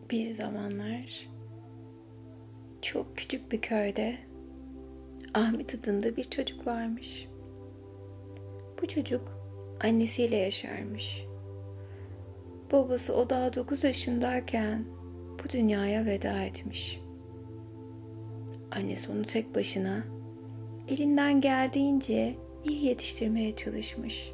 Bir zamanlar çok küçük bir köyde Ahmet adında bir çocuk varmış. Bu çocuk annesiyle yaşarmış. Babası o daha 9 yaşındayken bu dünyaya veda etmiş. Annesi onu tek başına elinden geldiğince iyi yetiştirmeye çalışmış.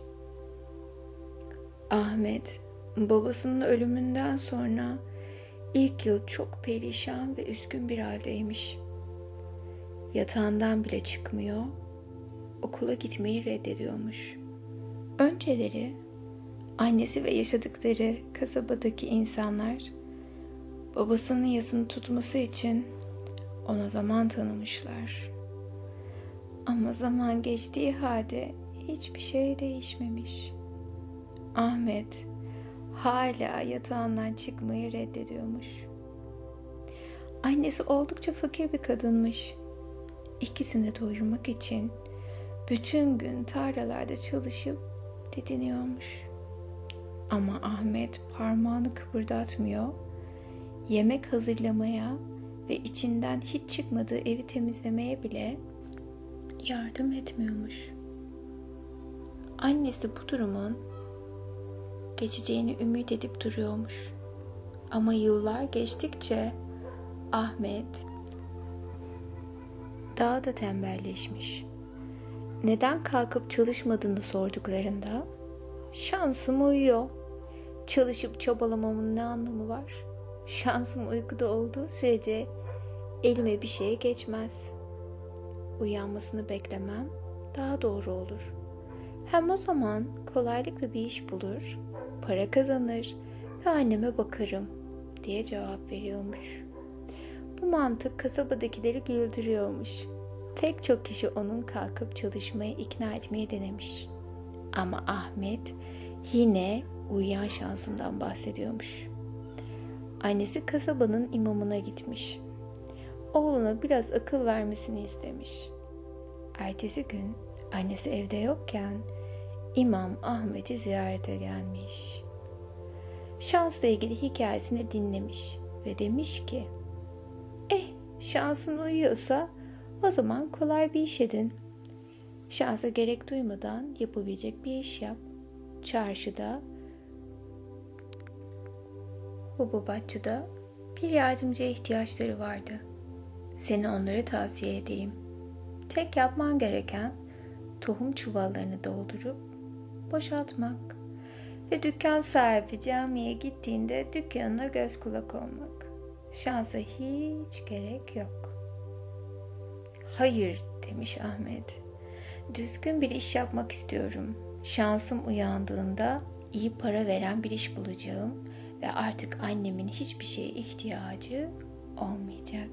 Ahmet babasının ölümünden sonra İlk yıl çok perişan ve üzgün bir haldeymiş. Yatağından bile çıkmıyor, okula gitmeyi reddediyormuş. Önceleri annesi ve yaşadıkları kasabadaki insanlar babasının yasını tutması için ona zaman tanımışlar. Ama zaman geçtiği halde hiçbir şey değişmemiş. Ahmet hala yatağından çıkmayı reddediyormuş. Annesi oldukça fakir bir kadınmış. İkisini doyurmak için bütün gün tarlalarda çalışıp didiniyormuş. Ama Ahmet parmağını kıpırdatmıyor, yemek hazırlamaya ve içinden hiç çıkmadığı evi temizlemeye bile yardım etmiyormuş. Annesi bu durumun geçeceğini ümit edip duruyormuş. Ama yıllar geçtikçe Ahmet daha da tembelleşmiş. Neden kalkıp çalışmadığını sorduklarında şansım uyuyor. Çalışıp çabalamamın ne anlamı var? Şansım uykuda olduğu sürece elime bir şey geçmez. Uyanmasını beklemem daha doğru olur. Hem o zaman kolaylıkla bir iş bulur, para kazanır ve anneme bakarım diye cevap veriyormuş. Bu mantık kasabadakileri güldürüyormuş. Pek çok kişi onun kalkıp çalışmaya ikna etmeye denemiş. Ama Ahmet yine uyuyan şansından bahsediyormuş. Annesi kasabanın imamına gitmiş. Oğluna biraz akıl vermesini istemiş. Ertesi gün annesi evde yokken İmam Ahmet'i ziyarete gelmiş. Şansla ilgili hikayesini dinlemiş ve demiş ki, şansın uyuyorsa o zaman kolay bir iş edin. Şansa gerek duymadan yapabilecek bir iş yap. Çarşıda, hububatçıda bir yardımcıya ihtiyaçları vardı. Seni onlara tavsiye edeyim. Tek yapman gereken tohum çuvallarını doldurup boşaltmak ve dükkan sahibi camiye gittiğinde dükkanına göz kulak olmak. Şansa hiç gerek yok. Hayır demiş Ahmet. Düzgün bir iş yapmak istiyorum. Şansım uyandığında iyi para veren bir iş bulacağım ve artık annemin hiçbir şeye ihtiyacı olmayacak.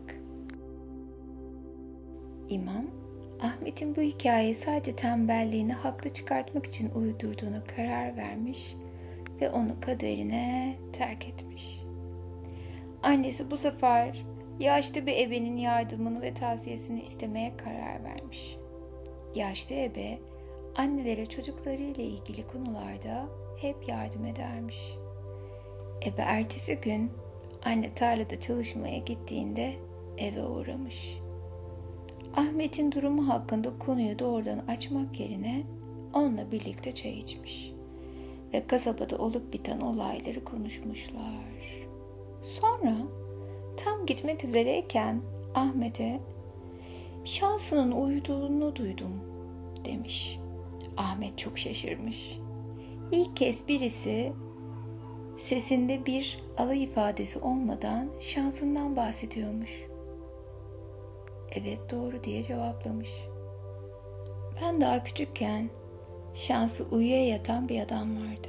İmam Ahmet'in bu hikayeyi sadece tembelliğini haklı çıkartmak için uydurduğuna karar vermiş ve onu kaderine terk etmiş. Annesi bu sefer yaşlı bir ebenin yardımını ve tavsiyesini istemeye karar vermiş. Yaşlı ebe annelere çocuklarıyla ilgili konularda hep yardım edermiş. Ebe ertesi gün anne tarlada çalışmaya gittiğinde eve uğramış. Ahmet'in durumu hakkında konuyu doğrudan açmak yerine onunla birlikte çay içmiş ve kasabada olup biten olayları konuşmuşlar. Sonra tam gitmek üzereyken Ahmet'e şansının uyuduğunu duydum demiş. Ahmet çok şaşırmış. İlk kez birisi sesinde bir alay ifadesi olmadan şansından bahsediyormuş. Evet doğru diye cevaplamış. Ben daha küçükken şansı uyuya yatan bir adam vardı.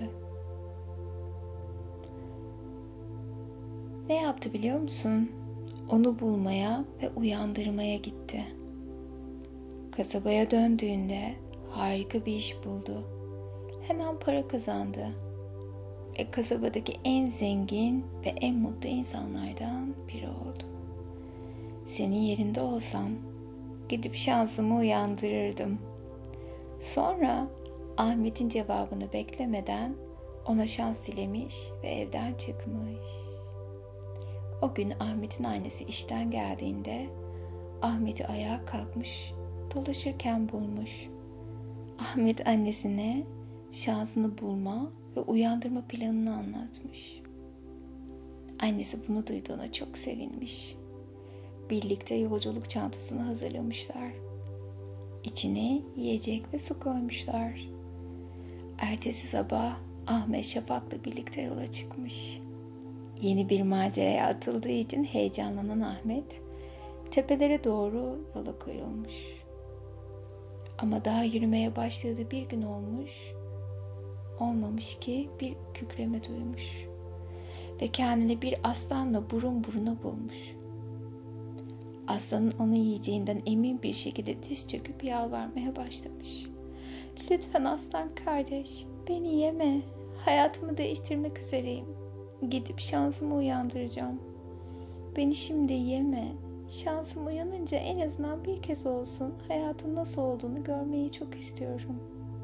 Ne yaptı biliyor musun? Onu bulmaya ve uyandırmaya gitti. Kasabaya döndüğünde harika bir iş buldu. Hemen para kazandı. Ve kasabadaki en zengin ve en mutlu insanlardan biri oldu. Senin yerinde olsam gidip şansımı uyandırırdım. Sonra Ahmet'in cevabını beklemeden ona şans dilemiş ve evden çıkmış. O gün Ahmet'in annesi işten geldiğinde Ahmet'i ayağa kalkmış, dolaşırken bulmuş. Ahmet annesine şansını bulma ve uyandırma planını anlatmış. Annesi bunu duyduğuna çok sevinmiş. Birlikte yolculuk çantasını hazırlamışlar. İçine yiyecek ve su koymuşlar. Ertesi sabah Ahmet Şafak'la birlikte yola çıkmış. Yeni bir maceraya atıldığı için heyecanlanan Ahmet tepelere doğru yola koyulmuş. Ama daha yürümeye başladığı bir gün olmamış ki bir kükreme duymuş ve kendini bir aslanla burun buruna bulmuş. Aslanın onu yiyeceğinden emin bir şekilde diz çöküp yalvarmaya başlamış. "Lütfen aslan kardeş, beni yeme. Hayatımı değiştirmek üzereyim. Gidip şansımı uyandıracağım. Beni şimdi yeme. Şansım uyanınca en azından bir kez olsun hayatın nasıl olduğunu görmeyi çok istiyorum."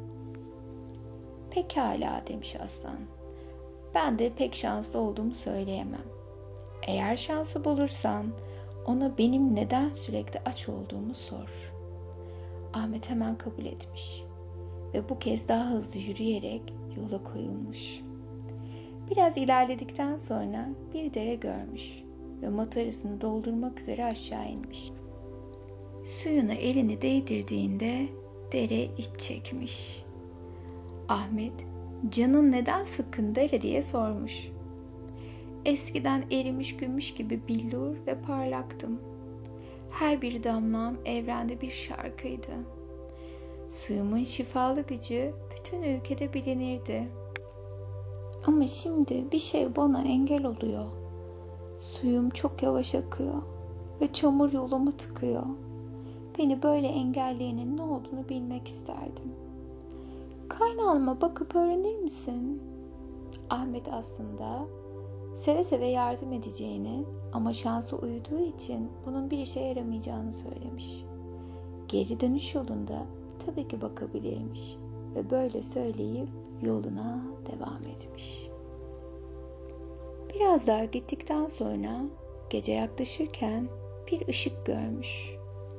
"Pekala," demiş aslan. "Ben de pek şanslı olduğumu söyleyemem. Eğer şansı bulursan ona benim neden sürekli aç olduğumu sor." Ahmet hemen kabul etmiş ve bu kez daha hızlı yürüyerek yola koyulmuş. Biraz ilerledikten sonra bir dere görmüş ve matarasını doldurmak üzere aşağı inmiş. Suyuna elini değdirdiğinde dere iç çekmiş. Ahmet, "Canın neden sıkkın dere?" diye sormuş. "Eskiden erimiş gümüş gibi billur ve parlaktım. Her bir damlam evrende bir şarkıydı. Suyumun şifalı gücü bütün ülkede bilinirdi. Ama şimdi bir şey bana engel oluyor. Suyum çok yavaş akıyor ve çamur yolumu tıkıyor. Beni böyle engelleyenin ne olduğunu bilmek isterdim. Kaynağıma bakıp öğrenir misin?" Ahmet aslında seve seve yardım edeceğini ama şansı uyuduğu için bunun bir işe yaramayacağını söylemiş. Geri dönüş yolunda tabii ki bakabilirmiş ve böyle söyleyip yoluna devam etmiş. Biraz daha gittikten sonra gece yaklaşırken bir ışık görmüş.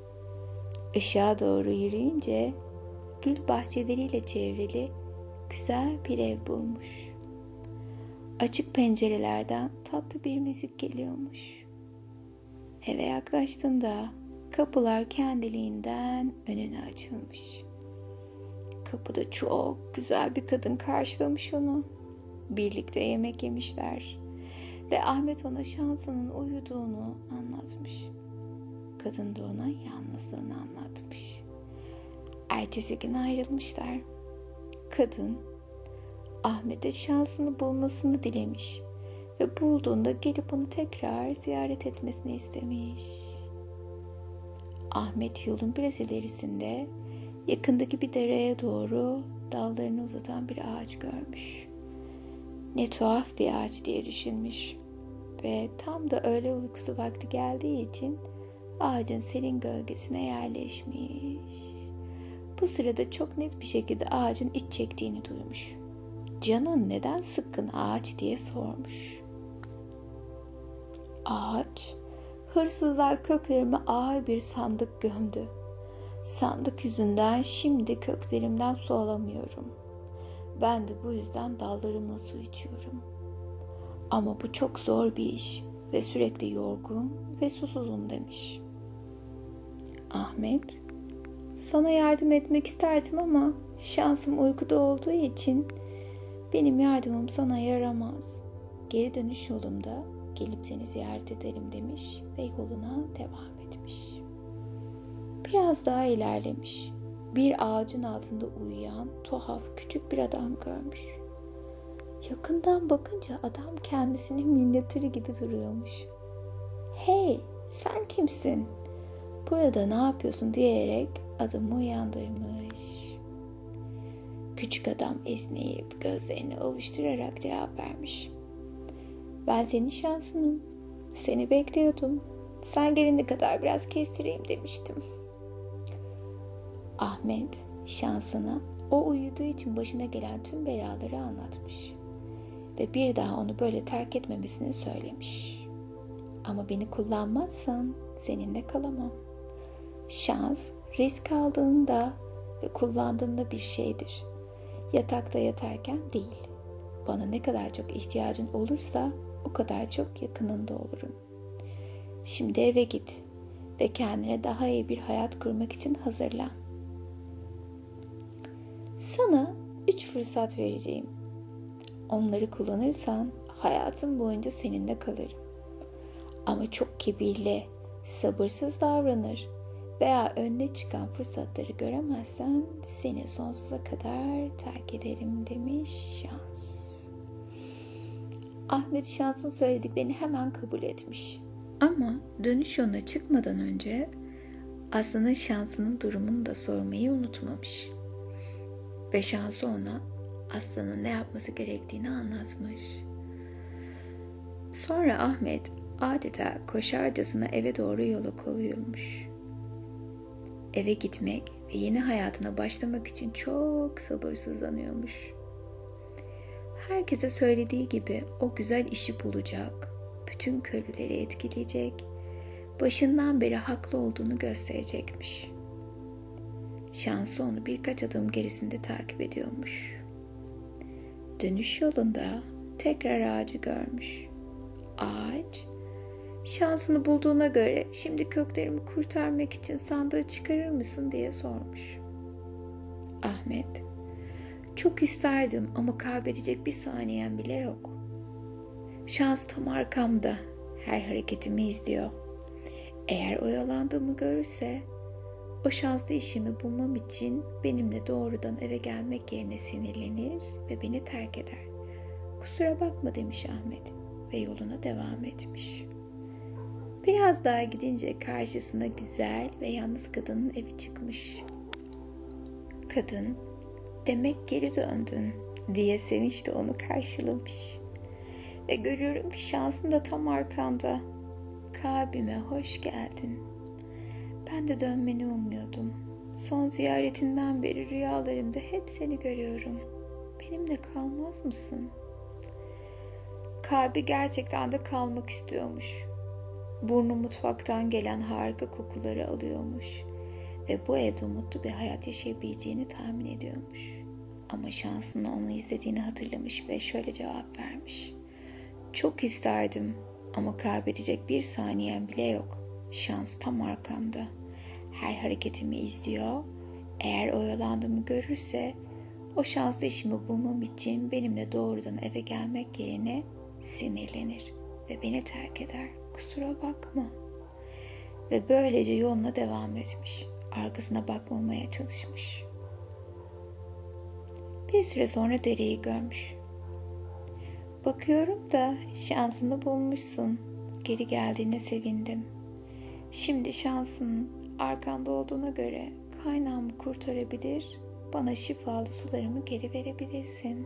Işığa doğru yürüyünce gül bahçeleriyle çevrili güzel bir ev bulmuş. Açık pencerelerden tatlı bir müzik geliyormuş. Eve yaklaştığında kapılar kendiliğinden önüne açılmış. Kapıda çok güzel bir kadın karşılamış onu. Birlikte yemek yemişler ve Ahmet ona şansının uyuduğunu anlatmış. Kadın da ona yalnızlığını anlatmış. Ertesi gün ayrılmışlar. Kadın Ahmet'e şansını bulmasını dilemiş ve bulduğunda gelip onu tekrar ziyaret etmesini istemiş. Ahmet yolun biraz ilerisinde yakındaki bir dereye doğru dallarını uzatan bir ağaç görmüş. Ne tuhaf bir ağaç diye düşünmüş ve tam da öğle uykusu vakti geldiği için ağacın serin gölgesine yerleşmiş. Bu sırada çok net bir şekilde ağacın iç çektiğini duymuş. "Canın neden sıkkın ağaç?" diye sormuş. Ağaç, "Hırsızlar köklerime ağır bir sandık gömdü. Sandık yüzünden şimdi köklerimden su alamıyorum. Ben de bu yüzden dallarımla su içiyorum. Ama bu çok zor bir iş ve sürekli yorgun ve susuzum," demiş. Ahmet, "Sana yardım etmek isterdim ama şansım uykuda olduğu için benim yardımım sana yaramaz. Geri dönüş yolumda gelip seni ziyaret ederim," demiş ve yoluna devam etmiş. Biraz daha ilerlemiş. Bir ağacın altında uyuyan tuhaf küçük bir adam görmüş. Yakından bakınca adam kendisinin minyatürü gibi duruyormuş. "Hey, sen kimsin? Burada ne yapıyorsun?" diyerek adamı uyandırmış. Küçük adam esneyip gözlerini ovuşturarak cevap vermiş. "Ben senin şansınım. Seni bekliyordum. Sen gelene kadar biraz kestireyim demiştim." Ahmet şansına o uyuduğu için başına gelen tüm belaları anlatmış ve bir daha onu böyle terk etmemesini söylemiş. Ama beni kullanmazsan seninle kalamam. Şans, risk aldığında ve kullandığında bir şeydir. Yatakta yatarken değil. Bana ne kadar çok ihtiyacın olursa o kadar çok yakınında olurum. Şimdi eve git ve kendine daha iyi bir hayat kurmak için hazırlan. Sana 3 fırsat vereceğim. Onları kullanırsan hayatın boyunca seninle kalırım. Ama çok kibirli, sabırsız davranır veya önüne çıkan fırsatları göremezsen seni sonsuza kadar terk ederim demiş Şans. Ahmet Şans'ın söylediklerini hemen kabul etmiş. Ama dönüş yoluna çıkmadan önce Aslı'nın Şans'ının durumunu da sormayı unutmamış. Ve Şans ona Aslı'nın ne yapması gerektiğini anlatmış. Sonra Ahmet adeta koşarcasına eve doğru yola koyulmuş. Eve gitmek ve yeni hayatına başlamak için çok sabırsızlanıyormuş. Herkese söylediği gibi o güzel işi bulacak, bütün köylüleri etkileyecek, başından beri haklı olduğunu gösterecekmiş. Şansı onu birkaç adım gerisinde takip ediyormuş. Dönüş yolunda tekrar ağacı görmüş. Ağaç, şansını bulduğuna göre şimdi köklerimi kurtarmak için sandığı çıkarır mısın diye sormuş. Ahmet, çok isterdim ama kaybedecek bir saniyem bile yok. Şans tam arkamda, her hareketimi izliyor. Eğer oyalandığımı görürse, o şanslı işimi bulmam için benimle doğrudan eve gelmek yerine sinirlenir ve beni terk eder. Kusura bakma demiş Ahmet ve yoluna devam etmiş. Biraz daha gidince karşısına güzel ve yalnız kadının evi çıkmış. Kadın, demek geri döndün diye sevinçle onu karşılamış. Ve görüyorum ki şansın da tam arkanda. Kalbime hoş geldin. Ben de dönmeni umuyordum. Son ziyaretinden beri rüyalarımda hep seni görüyorum. Benimle kalmaz mısın? Kalbi gerçekten de kalmak istiyormuş. Burnu mutfaktan gelen harika kokuları alıyormuş. Ve bu evde mutlu bir hayat yaşayabileceğini tahmin ediyormuş. Ama şansının onu izlediğini hatırlamış ve şöyle cevap vermiş. Çok isterdim ama kaybedecek bir saniyem bile yok. Şans tam arkamda. Her hareketimi izliyor. Eğer oyalandığımı görürse o şanslı işimi bulmam için benimle doğrudan eve gelmek yerine sinirlenir ve beni terk eder. Kusura bakma. Ve böylece yoluna devam etmiş. Arkasına bakmamaya çalışmış. Bir süre sonra dereyi görmüş. Bakıyorum da şansını bulmuşsun. Geri geldiğine sevindim. Şimdi şansın arkanda olduğuna göre kaynağımı kurtarabilir, bana şifalı sularımı geri verebilirsin.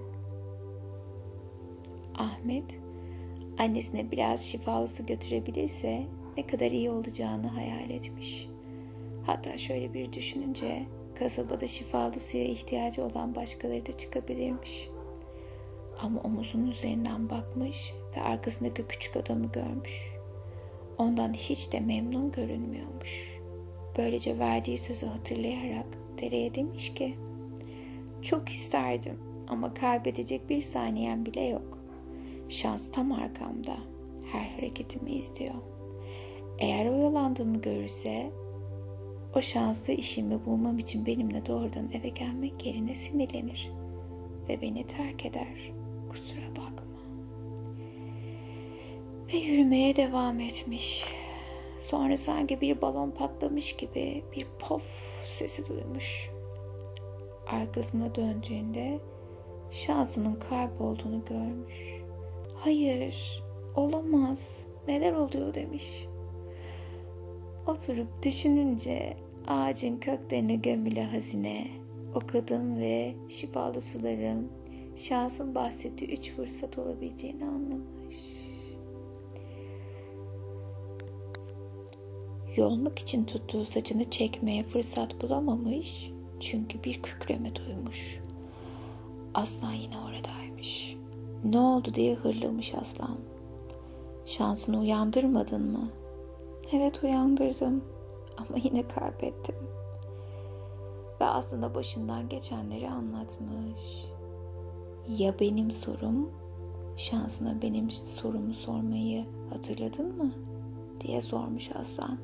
Ahmet, annesine biraz şifalı su götürebilirse ne kadar iyi olacağını hayal etmiş. Hatta şöyle bir düşününce kasabada şifalı suya ihtiyacı olan başkaları da çıkabilirmiş. Ama omuzunun üzerinden bakmış ve arkasındaki küçük adamı görmüş. Ondan hiç de memnun görünmüyormuş. Böylece verdiği sözü hatırlayarak dereye demiş ki, çok isterdim ama kaybedecek bir saniyem bile yok. Şans tam arkamda, her hareketimi izliyor. Eğer oyalandığımı görürse, o şanslı işimi bulmam için benimle doğrudan eve gelmek yerine sinirlenir ve beni terk eder. Kusura bakma. Ve yürümeye devam etmiş. Sonra sanki bir balon patlamış gibi bir pof sesi duymuş. Arkasına döndüğünde şansının kaybolduğunu görmüş. Hayır, olamaz. Neler oluyor demiş. Oturup düşününce ağacın köklerine gömülü hazine, o kadın ve şifalı suların şansın bahsettiği 3 fırsat olabileceğini anlamış. Yolmak için tuttuğu saçını çekmeye fırsat bulamamış çünkü bir kükreme duymuş. Aslan yine oradaymış. Ne oldu diye hırlamış aslan. Şansını uyandırmadın mı? Evet, uyandırdım ama yine kaybettim. Ve aslında başından geçenleri anlatmış. Ya benim sorum, şansına benim sorumu sormayı hatırladın mı? Diye sormuş aslan.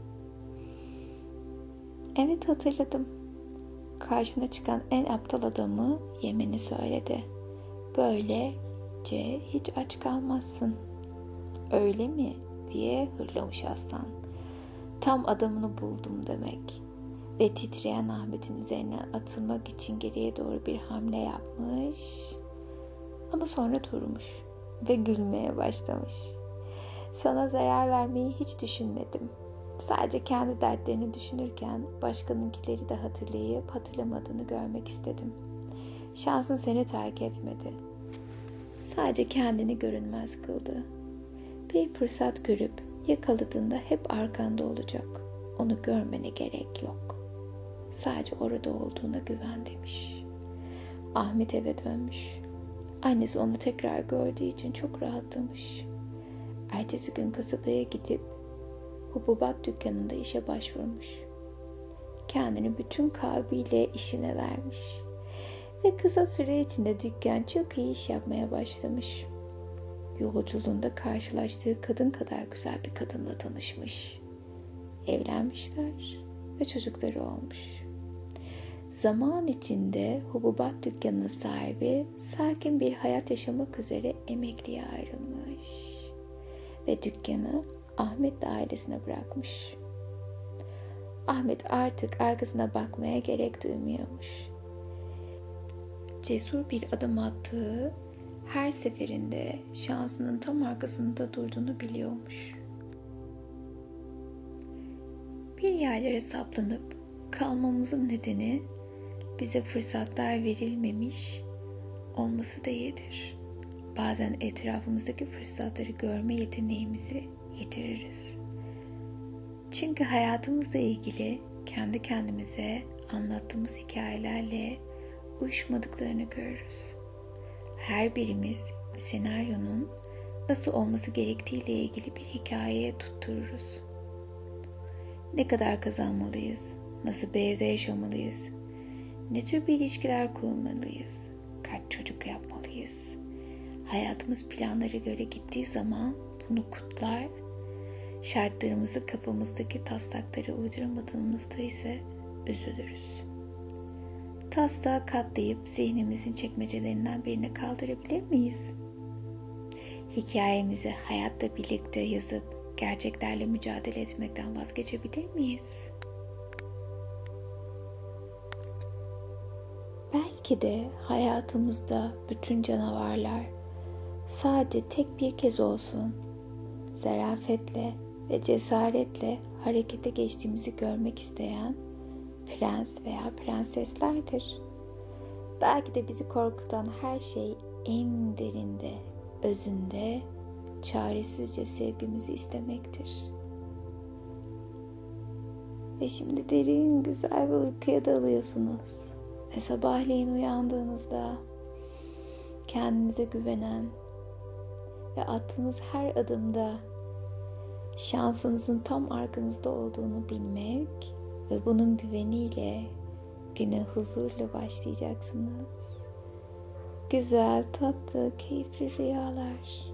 Evet, hatırladım. Karşına çıkan en aptal adamı yemeni söyledi. Böylece hiç aç kalmazsın. Öyle mi? Diye hırlamış aslan. Tam adamını buldum demek. Ve titreyen Ahmet'in üzerine atılmak için geriye doğru bir hamle yapmış. Ama sonra durmuş ve gülmeye başlamış. Sana zarar vermeyi hiç düşünmedim. Sadece kendi dertlerini düşünürken başkanınkileri de hatırlayıp hatırlamadığını görmek istedim. Şansın seni terk etmedi. Sadece kendini görünmez kıldı. Bir fırsat görüp yakaladığında hep arkanda olacak. Onu görmene gerek yok. Sadece orada olduğuna güven demiş. Ahmet eve dönmüş. Annesi onu tekrar gördüğü için çok rahatlamış. Ertesi gün kasabaya gidip hububat dükkanında işe başvurmuş. Kendini bütün kalbiyle işine vermiş. Ve kısa süre içinde dükkan çok iyi iş yapmaya başlamış. Yolculuğunda karşılaştığı kadın kadar güzel bir kadınla tanışmış. Evlenmişler ve çocukları olmuş. Zaman içinde hububat dükkanının sahibi sakin bir hayat yaşamak üzere emekliye ayrılmış. Ve dükkanı Ahmet ailesine bırakmış. Ahmet artık arkasına bakmaya gerek duymuyormuş. Cesur bir adım attığı her seferinde şansının tam arkasında durduğunu biliyormuş. Bir yerlere saplanıp kalmamızın nedeni bize fırsatlar verilmemiş olması değildir. Bazen etrafımızdaki fırsatları görme yeteneğimizi yitiririz. Çünkü hayatımızla ilgili kendi kendimize anlattığımız hikayelerle uyuşmadıklarını görürüz. Her birimiz senaryonun nasıl olması gerektiğiyle ilgili bir hikayeye tuttururuz. Ne kadar kazanmalıyız? Nasıl bir evde yaşamalıyız? Ne tür bir ilişkiler kurmalıyız? Kaç çocuk yapmalıyız? Hayatımız planlara göre gittiği zaman bunu kutlar, şartlarımızı kafamızdaki taslaklara uyduramadığımızda ise üzülürüz. Taslağı katlayıp zihnimizin çekmecelerinden birine kaldırabilir miyiz? Hikayemizi hayatla birlikte yazıp gerçeklerle mücadele etmekten vazgeçebilir miyiz? Belki de hayatımızda bütün canavarlar sadece tek bir kez olsun zarafetle ve cesaretle harekete geçtiğimizi görmek isteyen prens veya prenseslerdir. Belki de bizi korkutan her şey en derinde, özünde çaresizce sevgimizi istemektir. Ve şimdi derin, güzel bir uykuya dalıyorsunuz. Ve sabahleyin uyandığınızda kendinize güvenen ve attığınız her adımda şansınızın tam arkanızda olduğunu bilmek ve bunun güveniyle güne huzurla başlayacaksınız. Güzel, tatlı, keyifli rüyalar.